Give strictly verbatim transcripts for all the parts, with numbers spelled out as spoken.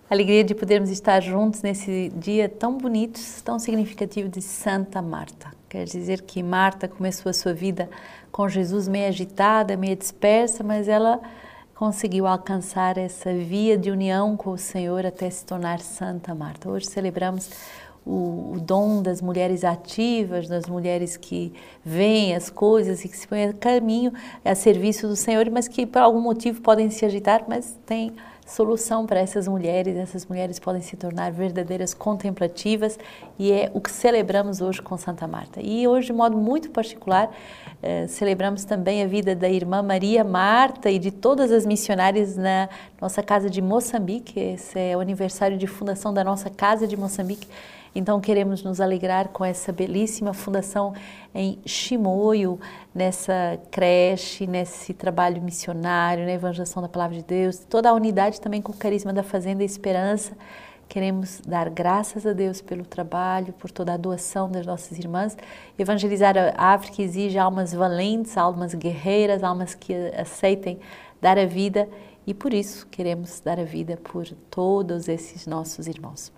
Alegria de podermos estar juntos nesse dia tão bonito, tão significativo de Santa Marta. Quer dizer que Marta começou a sua vida com Jesus meio agitada, meio dispersa, mas ela conseguiu alcançar essa via de união com o Senhor até se tornar Santa Marta. Hoje celebramos o, o dom das mulheres ativas, das mulheres que veem as coisas e que se põem a caminho, a serviço do Senhor, mas que por algum motivo podem se agitar, mas tem solução para essas mulheres. Essas mulheres podem se tornar verdadeiras contemplativas e é o que celebramos hoje com Santa Marta. E hoje, de modo muito particular, eh, celebramos também a vida da irmã Maria Marta e de todas as missionárias na nossa casa de Moçambique. Esse é o aniversário de fundação da nossa casa de Moçambique. Então queremos nos alegrar com essa belíssima fundação em Chimoio, nessa creche, nesse trabalho missionário, na evangelização da Palavra de Deus, toda a unidade também com o carisma da Fazenda Esperança. Queremos dar graças a Deus pelo trabalho, por toda a doação das nossas irmãs. Evangelizar a África exige almas valentes, almas guerreiras, almas que aceitem dar a vida e por isso queremos dar a vida por todos esses nossos irmãos.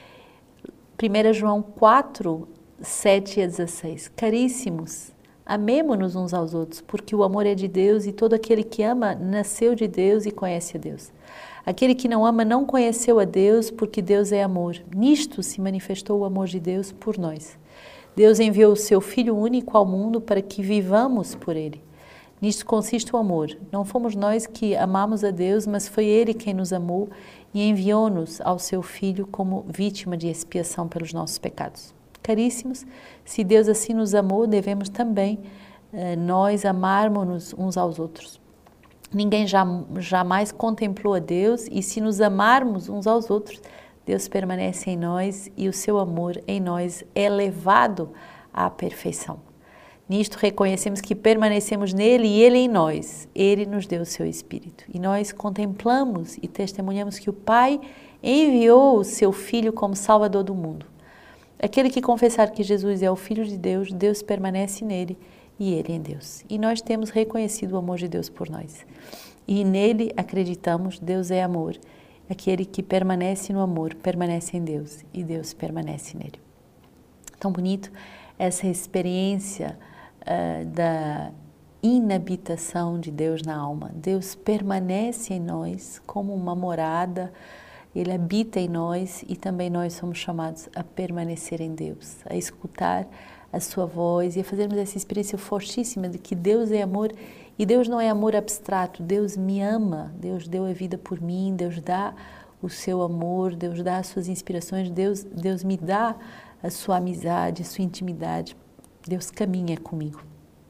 primeira João quatro, sete a dezesseis. Caríssimos, amemo-nos uns aos outros, porque o amor é de Deus e todo aquele que ama nasceu de Deus e conhece a Deus. Aquele que não ama não conheceu a Deus, porque Deus é amor. Nisto se manifestou o amor de Deus por nós. Deus enviou o seu Filho único ao mundo para que vivamos por ele. Nisto consiste o amor. Não fomos nós que amamos a Deus, mas foi Ele quem nos amou e enviou-nos ao seu Filho como vítima de expiação pelos nossos pecados. Caríssimos, se Deus assim nos amou, devemos também eh, nós amarmos-nos uns aos outros. Ninguém já, jamais contemplou a Deus e se nos amarmos uns aos outros, Deus permanece em nós e o seu amor em nós é levado à perfeição. Nisto reconhecemos que permanecemos nele e ele em nós. Ele nos deu o seu Espírito. E nós contemplamos e testemunhamos que o Pai enviou o seu Filho como Salvador do mundo. Aquele que confessar que Jesus é o Filho de Deus, Deus permanece nele e ele em Deus. E nós temos reconhecido o amor de Deus por nós. E nele acreditamos, Deus é amor. Aquele que permanece no amor, permanece em Deus e Deus permanece nele. Tão bonito essa experiência Uh, da inabitação de Deus na alma. Deus permanece em nós como uma morada, Ele habita em nós e também nós somos chamados a permanecer em Deus, a escutar a sua voz e a fazermos essa experiência fortíssima de que Deus é amor e Deus não é amor abstrato, Deus me ama, Deus deu a vida por mim, Deus dá o seu amor, Deus dá as suas inspirações, Deus, Deus me dá a sua amizade, a sua intimidade. Deus caminha comigo.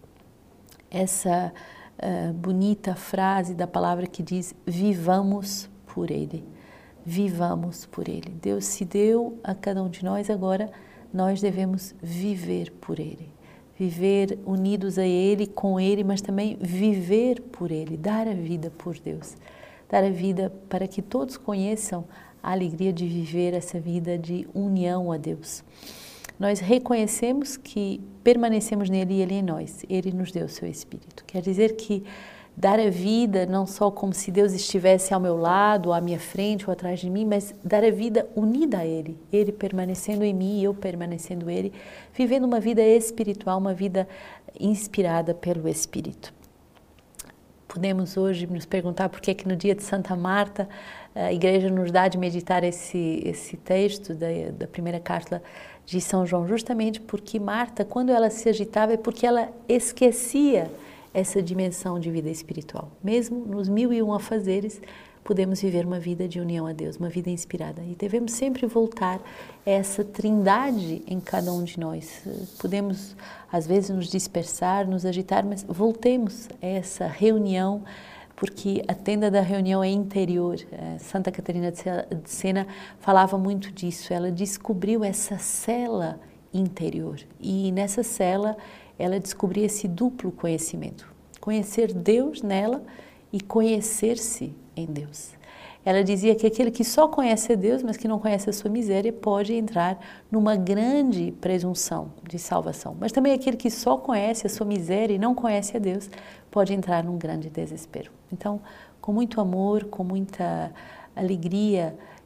Essa uh, bonita frase da palavra que diz, vivamos por Ele, vivamos por Ele. Deus se deu a cada um de nós, agora nós devemos viver por Ele. Viver unidos a Ele, com Ele, mas também viver por Ele, dar a vida por Deus. Dar a vida para que todos conheçam a alegria de viver essa vida de união a Deus. Nós reconhecemos que permanecemos nele e ele em nós. Ele nos deu o seu Espírito. Quer dizer que dar a vida não só como se Deus estivesse ao meu lado, ou à minha frente, ou atrás de mim, mas dar a vida unida a Ele. Ele permanecendo em mim e eu permanecendo nele, vivendo uma vida espiritual, uma vida inspirada pelo Espírito. Podemos hoje nos perguntar por que é que no dia de Santa Marta a Igreja nos dá de meditar esse, esse texto da, da primeira carta de São João, justamente porque Marta, quando ela se agitava, é porque ela esquecia essa dimensão de vida espiritual. Mesmo nos mil e um afazeres, podemos viver uma vida de união a Deus, uma vida inspirada. E devemos sempre voltar a essa trindade em cada um de nós. Podemos, às vezes, nos dispersar, nos agitar, mas voltemos a essa reunião, porque a tenda da reunião é interior. Santa Catarina de Sena falava muito disso. Ela descobriu essa cela interior. E nessa cela, ela descobriu esse duplo conhecimento. Conhecer Deus nela e conhecer-se em Deus. Ela dizia que aquele que só conhece a Deus, mas que não conhece a sua miséria, pode entrar numa grande presunção de salvação. Mas também aquele que só conhece a sua miséria e não conhece a Deus, pode entrar num grande desespero. Então, com muito amor, com muita alegria,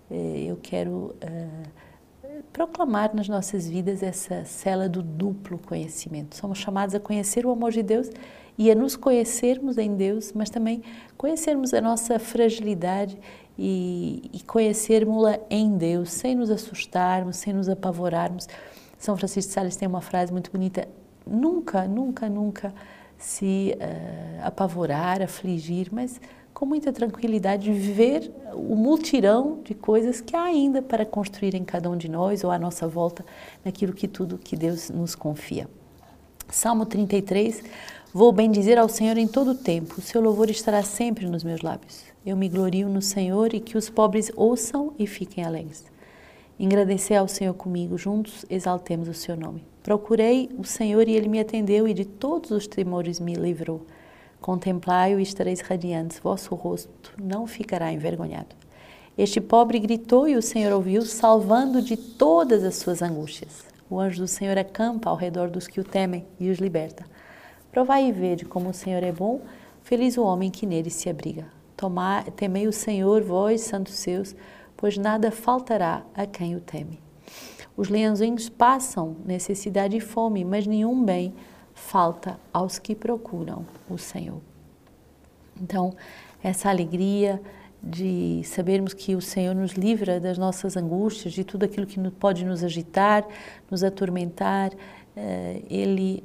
eu quero uh, proclamar nas nossas vidas essa cela do duplo conhecimento. Somos chamados a conhecer o amor de Deus e a nos conhecermos em Deus, mas também conhecermos a nossa fragilidade e, e conhecermos-la em Deus, sem nos assustarmos, sem nos apavorarmos. São Francisco de Sales tem uma frase muito bonita: nunca, nunca, nunca se uh, apavorar, afligir, mas com muita tranquilidade viver o multirão de coisas que há ainda para construir em cada um de nós ou à nossa volta, naquilo que tudo que Deus nos confia. Salmo trinta e três, vou bendizer ao Senhor em todo o tempo, o seu louvor estará sempre nos meus lábios. Eu me glorio no Senhor e que os pobres ouçam e fiquem alegres. Engrandecer ao Senhor comigo, juntos exaltemos o seu nome. Procurei o Senhor e ele me atendeu e de todos os temores me livrou. Contemplai-o e estareis radiantes, vosso rosto não ficará envergonhado. Este pobre gritou e o Senhor ouviu, salvando de todas as suas angústias. O anjo do Senhor acampa ao redor dos que o temem e os liberta. Provai e vede como o Senhor é bom, feliz o homem que nele se abriga. Tomai, temei o Senhor, vós, santos seus, pois nada faltará a quem o teme. Os leãozinhos passam necessidade e fome, mas nenhum bem falta aos que procuram o Senhor. Então, essa alegria de sabermos que o Senhor nos livra das nossas angústias, de tudo aquilo que pode nos agitar, nos atormentar, Ele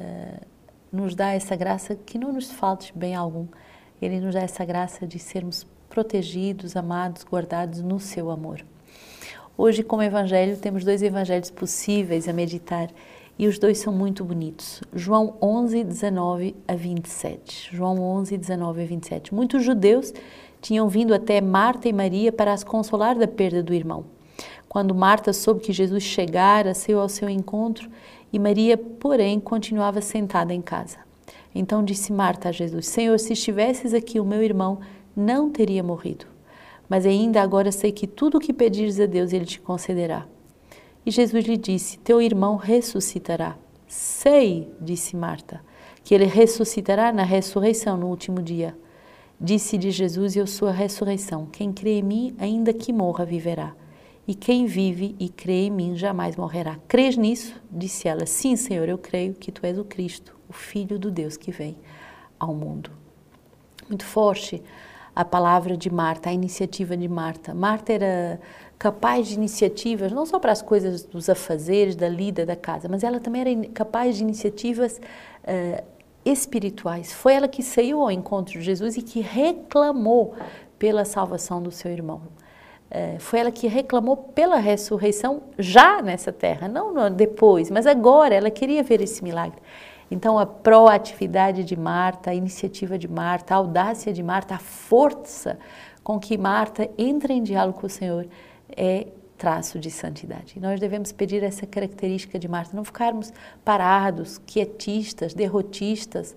nos dá essa graça que não nos falte bem algum. Ele nos dá essa graça de sermos protegidos, amados, guardados no seu amor. Hoje, como evangelho, temos dois evangelhos possíveis a meditar e os dois são muito bonitos. João onze, dezenove a vinte e sete. João onze, dezenove a vinte e sete. Muitos judeus tinham vindo até Marta e Maria para as consolar da perda do irmão. Quando Marta soube que Jesus chegara, saiu ao seu encontro e Maria, porém, continuava sentada em casa. Então disse Marta a Jesus: Senhor, se estivesses aqui, o meu irmão não teria morrido. Mas ainda agora sei que tudo o que pedires a Deus, Ele te concederá. E Jesus lhe disse: teu irmão ressuscitará. Sei, disse Marta, que ele ressuscitará na ressurreição no último dia. Disse-lhe Jesus: eu sou a ressurreição. Quem crê em mim, ainda que morra, viverá. E quem vive e crê em mim, jamais morrerá. Crês nisso? Disse ela: sim, Senhor, eu creio que tu és o Cristo, o Filho do Deus que vem ao mundo. Muito forte a palavra de Marta, a iniciativa de Marta. Marta era capaz de iniciativas, não só para as coisas dos afazeres, da lida, da casa, mas ela também era capaz de iniciativas uh, espirituais. Foi ela que saiu ao encontro de Jesus e que reclamou pela salvação do seu irmão. Uh, foi ela que reclamou pela ressurreição já nessa terra, não no, depois, mas agora ela queria ver esse milagre. Então, a proatividade de Marta, a iniciativa de Marta, a audácia de Marta, a força com que Marta entra em diálogo com o Senhor é traço de santidade. E nós devemos pedir essa característica de Marta, não ficarmos parados, quietistas, derrotistas,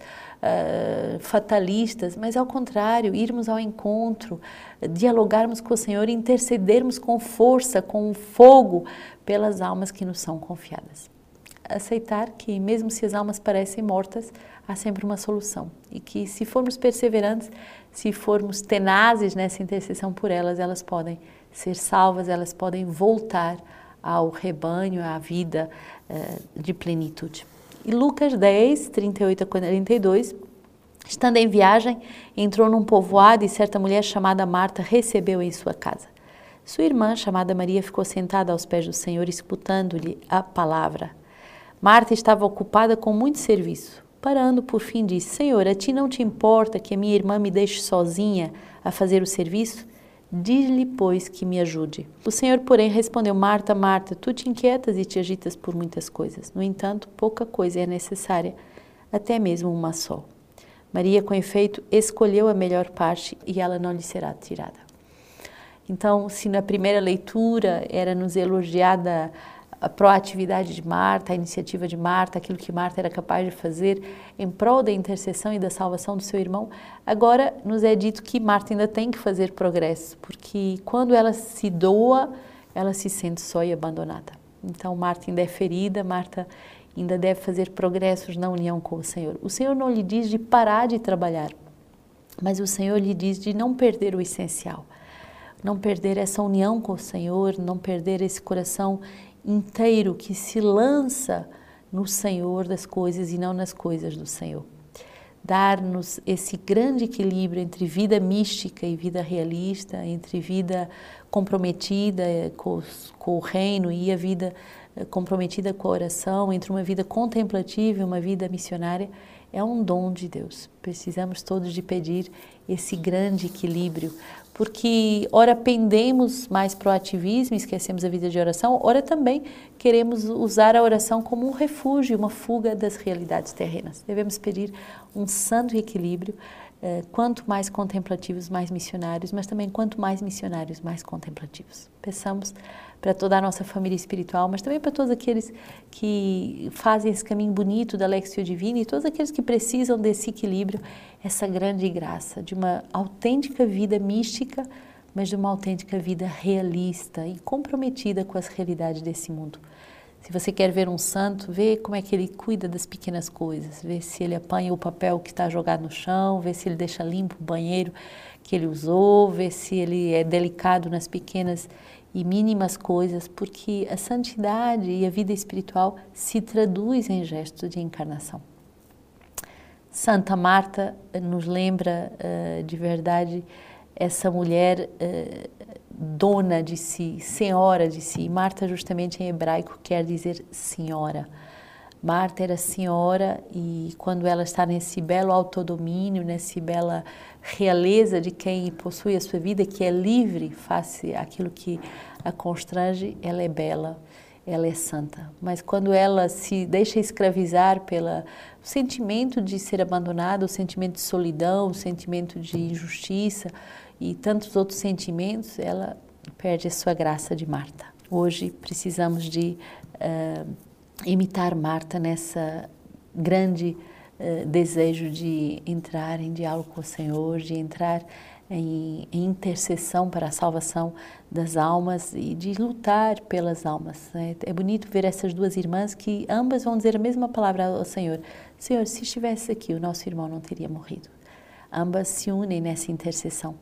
uh, fatalistas, mas ao contrário, irmos ao encontro, dialogarmos com o Senhor, intercedermos com força, com fogo pelas almas que nos são confiadas. Aceitar que mesmo se as almas parecem mortas, há sempre uma solução e que se formos perseverantes, se formos tenazes nessa intercessão por elas, elas podem ser salvas, elas podem voltar ao rebanho, à vida uh, de plenitude. E Lucas dez, trinta e oito a quarenta e dois, estando em viagem, entrou num povoado e certa mulher chamada Marta recebeu em sua casa. Sua irmã, chamada Maria, ficou sentada aos pés do Senhor, escutando-lhe a palavra. Marta estava ocupada com muito serviço. Parando, por fim, disse: Senhor, a ti não te importa que a minha irmã me deixe sozinha a fazer o serviço? Diz-lhe, pois, que me ajude. O Senhor, porém, respondeu: Marta, Marta, tu te inquietas e te agitas por muitas coisas. No entanto, pouca coisa é necessária, até mesmo uma só. Maria, com efeito, escolheu a melhor parte e ela não lhe será tirada. Então, se na primeira leitura era nos elogiada a proatividade de Marta, a iniciativa de Marta, aquilo que Marta era capaz de fazer em prol da intercessão e da salvação do seu irmão, agora nos é dito que Marta ainda tem que fazer progresso, porque quando ela se doa, ela se sente só e abandonada. Então Marta ainda é ferida, Marta ainda deve fazer progressos na união com o Senhor. O Senhor não lhe diz de parar de trabalhar, mas o Senhor lhe diz de não perder o essencial. não perder essa união com o Senhor, não perder esse coração inteiro que se lança no Senhor das coisas e não nas coisas do Senhor. Dar-nos esse grande equilíbrio entre vida mística e vida realista, entre vida comprometida com, com o reino e a vida comprometida com a oração, entre uma vida contemplativa e uma vida missionária, é um dom de Deus. Precisamos todos de pedir esse grande equilíbrio, porque ora pendemos mais para o ativismo, esquecemos a vida de oração, ora também queremos usar a oração como um refúgio, uma fuga das realidades terrenas. Devemos pedir um santo equilíbrio, eh, quanto mais contemplativos, mais missionários, mas também quanto mais missionários, mais contemplativos. Peçamos para toda a nossa família espiritual, mas também para todos aqueles que fazem esse caminho bonito da Lectio Divina e todos aqueles que precisam desse equilíbrio, essa grande graça de uma autêntica vida mística, mas de uma autêntica vida realista e comprometida com as realidades desse mundo. Se você quer ver um santo, vê como é que ele cuida das pequenas coisas, vê se ele apanha o papel que está jogado no chão, vê se ele deixa limpo o banheiro que ele usou, vê se ele é delicado nas pequenas e mínimas coisas, porque a santidade e a vida espiritual se traduz em gestos de encarnação. Santa Marta nos lembra uh, de verdade essa mulher uh, dona de si, senhora de si. Marta justamente em hebraico quer dizer senhora. Marta era senhora e quando ela está nesse belo autodomínio, nessa bela realeza de quem possui a sua vida, que é livre face àquilo que a constrange, ela é bela, ela é santa. Mas quando ela se deixa escravizar pelo sentimento de ser abandonada, o sentimento de solidão, o sentimento de injustiça e tantos outros sentimentos, ela perde a sua graça de Marta. Hoje precisamos de uh, imitar Marta nessa grande uh, desejo de entrar em diálogo com o Senhor, de entrar em, em intercessão para a salvação das almas e de lutar pelas almas. Né? É bonito ver essas duas irmãs que ambas vão dizer a mesma palavra ao Senhor. Senhor, se estivesse aqui, o nosso irmão não teria morrido. Ambas se unem nessa intercessão.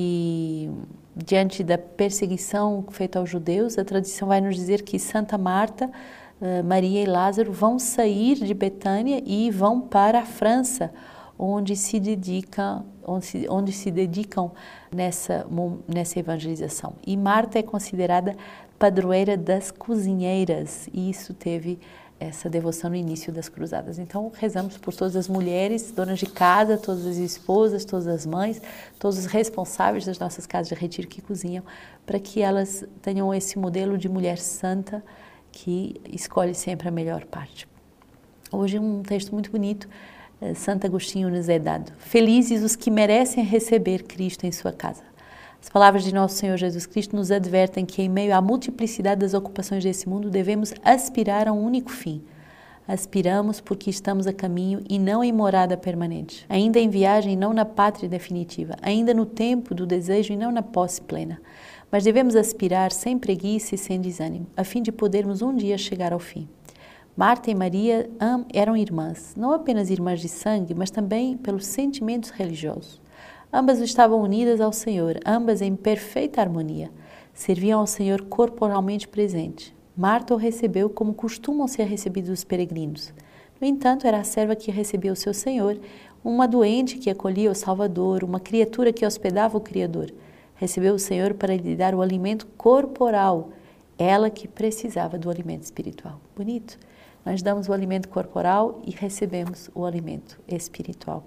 E diante da perseguição feita aos judeus, a tradição vai nos dizer que Santa Marta, Maria e Lázaro vão sair de Betânia e vão para a França, onde se dedicam, onde se, onde se dedicam nessa, nessa evangelização. E Marta é considerada padroeira das cozinheiras, e isso teve essa devoção no início das cruzadas. Então, rezamos por todas as mulheres, donas de casa, todas as esposas, todas as mães, todos os responsáveis das nossas casas de retiro que cozinham, para que elas tenham esse modelo de mulher santa, que escolhe sempre a melhor parte. Hoje um texto muito bonito, Santo Agostinho nos é dado. Felizes os que merecem receber Cristo em sua casa. As palavras de nosso Senhor Jesus Cristo nos advertem que em meio à multiplicidade das ocupações desse mundo devemos aspirar a um único fim. Aspiramos porque estamos a caminho e não em morada permanente. Ainda em viagem e não na pátria definitiva. Ainda no tempo do desejo e não na posse plena. Mas devemos aspirar sem preguiça e sem desânimo, a fim de podermos um dia chegar ao fim. Marta e Maria eram irmãs, não apenas irmãs de sangue, mas também pelos sentimentos religiosos. Ambas estavam unidas ao Senhor, ambas em perfeita harmonia. Serviam ao Senhor corporalmente presente. Marta o recebeu como costumam ser recebidos os peregrinos. No entanto, era a serva que recebia o seu Senhor, uma doente que acolhia o Salvador, uma criatura que hospedava o Criador. Recebeu o Senhor para lhe dar o alimento corporal, ela que precisava do alimento espiritual. Bonito. Nós damos o alimento corporal e recebemos o alimento espiritual.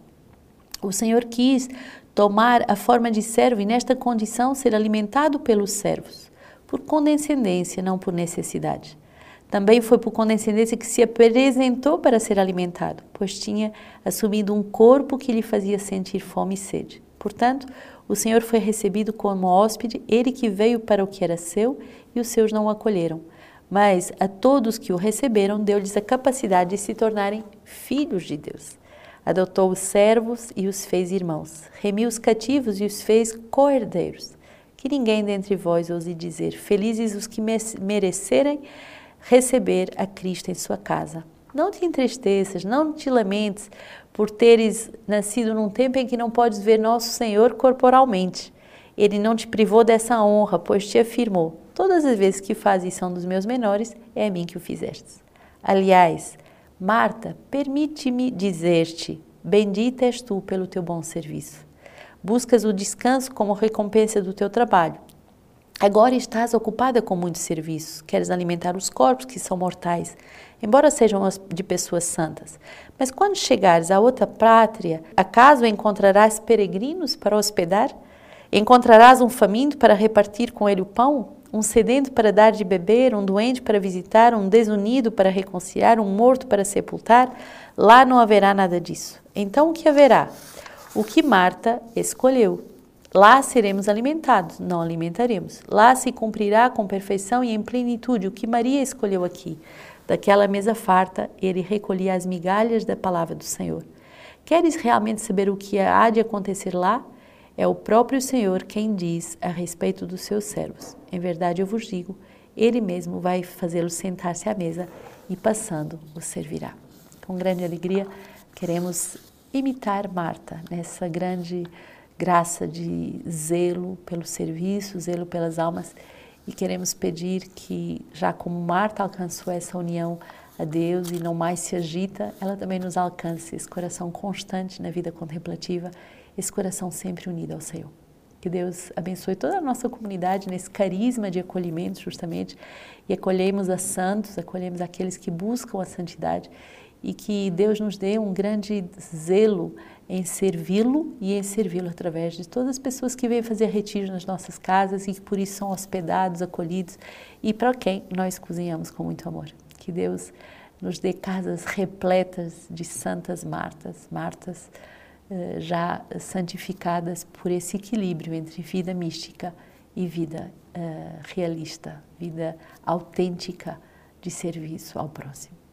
O Senhor quis tomar a forma de servo e nesta condição ser alimentado pelos servos, por condescendência, não por necessidade. Também foi por condescendência que se apresentou para ser alimentado, pois tinha assumido um corpo que lhe fazia sentir fome e sede. Portanto, o Senhor foi recebido como hóspede, ele que veio para o que era seu e os seus não o acolheram. Mas a todos que o receberam, deu-lhes a capacidade de se tornarem filhos de Deus. Adotou os servos e os fez irmãos. Remiu os cativos e os fez co-herdeiros. Que ninguém dentre vós ouse dizer, felizes os que merecerem receber a Cristo em sua casa. Não te entristeças, não te lamentes por teres nascido num tempo em que não podes ver nosso Senhor corporalmente. Ele não te privou dessa honra, pois te afirmou: todas as vezes que fazes isso a um dos meus menores, é a mim que o fizestes. Aliás, Marta, permite-me dizer-te, bendita és tu pelo teu bom serviço. Buscas o descanso como recompensa do teu trabalho. Agora estás ocupada com muitos serviços, queres alimentar os corpos que são mortais, embora sejam de pessoas santas. Mas quando chegares a outra pátria, acaso encontrarás peregrinos para hospedar? Encontrarás um faminto para repartir com ele o pão? Um sedento para dar de beber? Um doente para visitar? Um desunido para reconciliar? Um morto para sepultar? Lá não haverá nada disso. Então o que haverá? O que Marta escolheu. Lá seremos alimentados, não alimentaremos. Lá se cumprirá com perfeição e em plenitude o que Maria escolheu aqui. Daquela mesa farta, ele recolhia as migalhas da palavra do Senhor. Queres realmente saber o que há de acontecer lá? É o próprio Senhor quem diz a respeito dos seus servos. Em verdade eu vos digo, ele mesmo vai fazê-los sentar-se à mesa e passando os servirá. Com grande alegria queremos imitar Marta nessa grande graça de zelo pelo serviço, zelo pelas almas, e queremos pedir que, já como Marta alcançou essa união a Deus e não mais se agita, ela também nos alcance esse coração constante na vida contemplativa, esse coração sempre unido ao Senhor. Que Deus abençoe toda a nossa comunidade nesse carisma de acolhimento, justamente, e acolhemos a santos, acolhemos aqueles que buscam a santidade, e que Deus nos dê um grande zelo em servi-lo e em servi-lo através de todas as pessoas que vêm fazer retiro nas nossas casas e que por isso são hospedados, acolhidos e para quem nós cozinhamos com muito amor. Que Deus nos dê casas repletas de santas Martas, Martas eh, já santificadas por esse equilíbrio entre vida mística e vida eh, realista, vida autêntica de serviço ao próximo.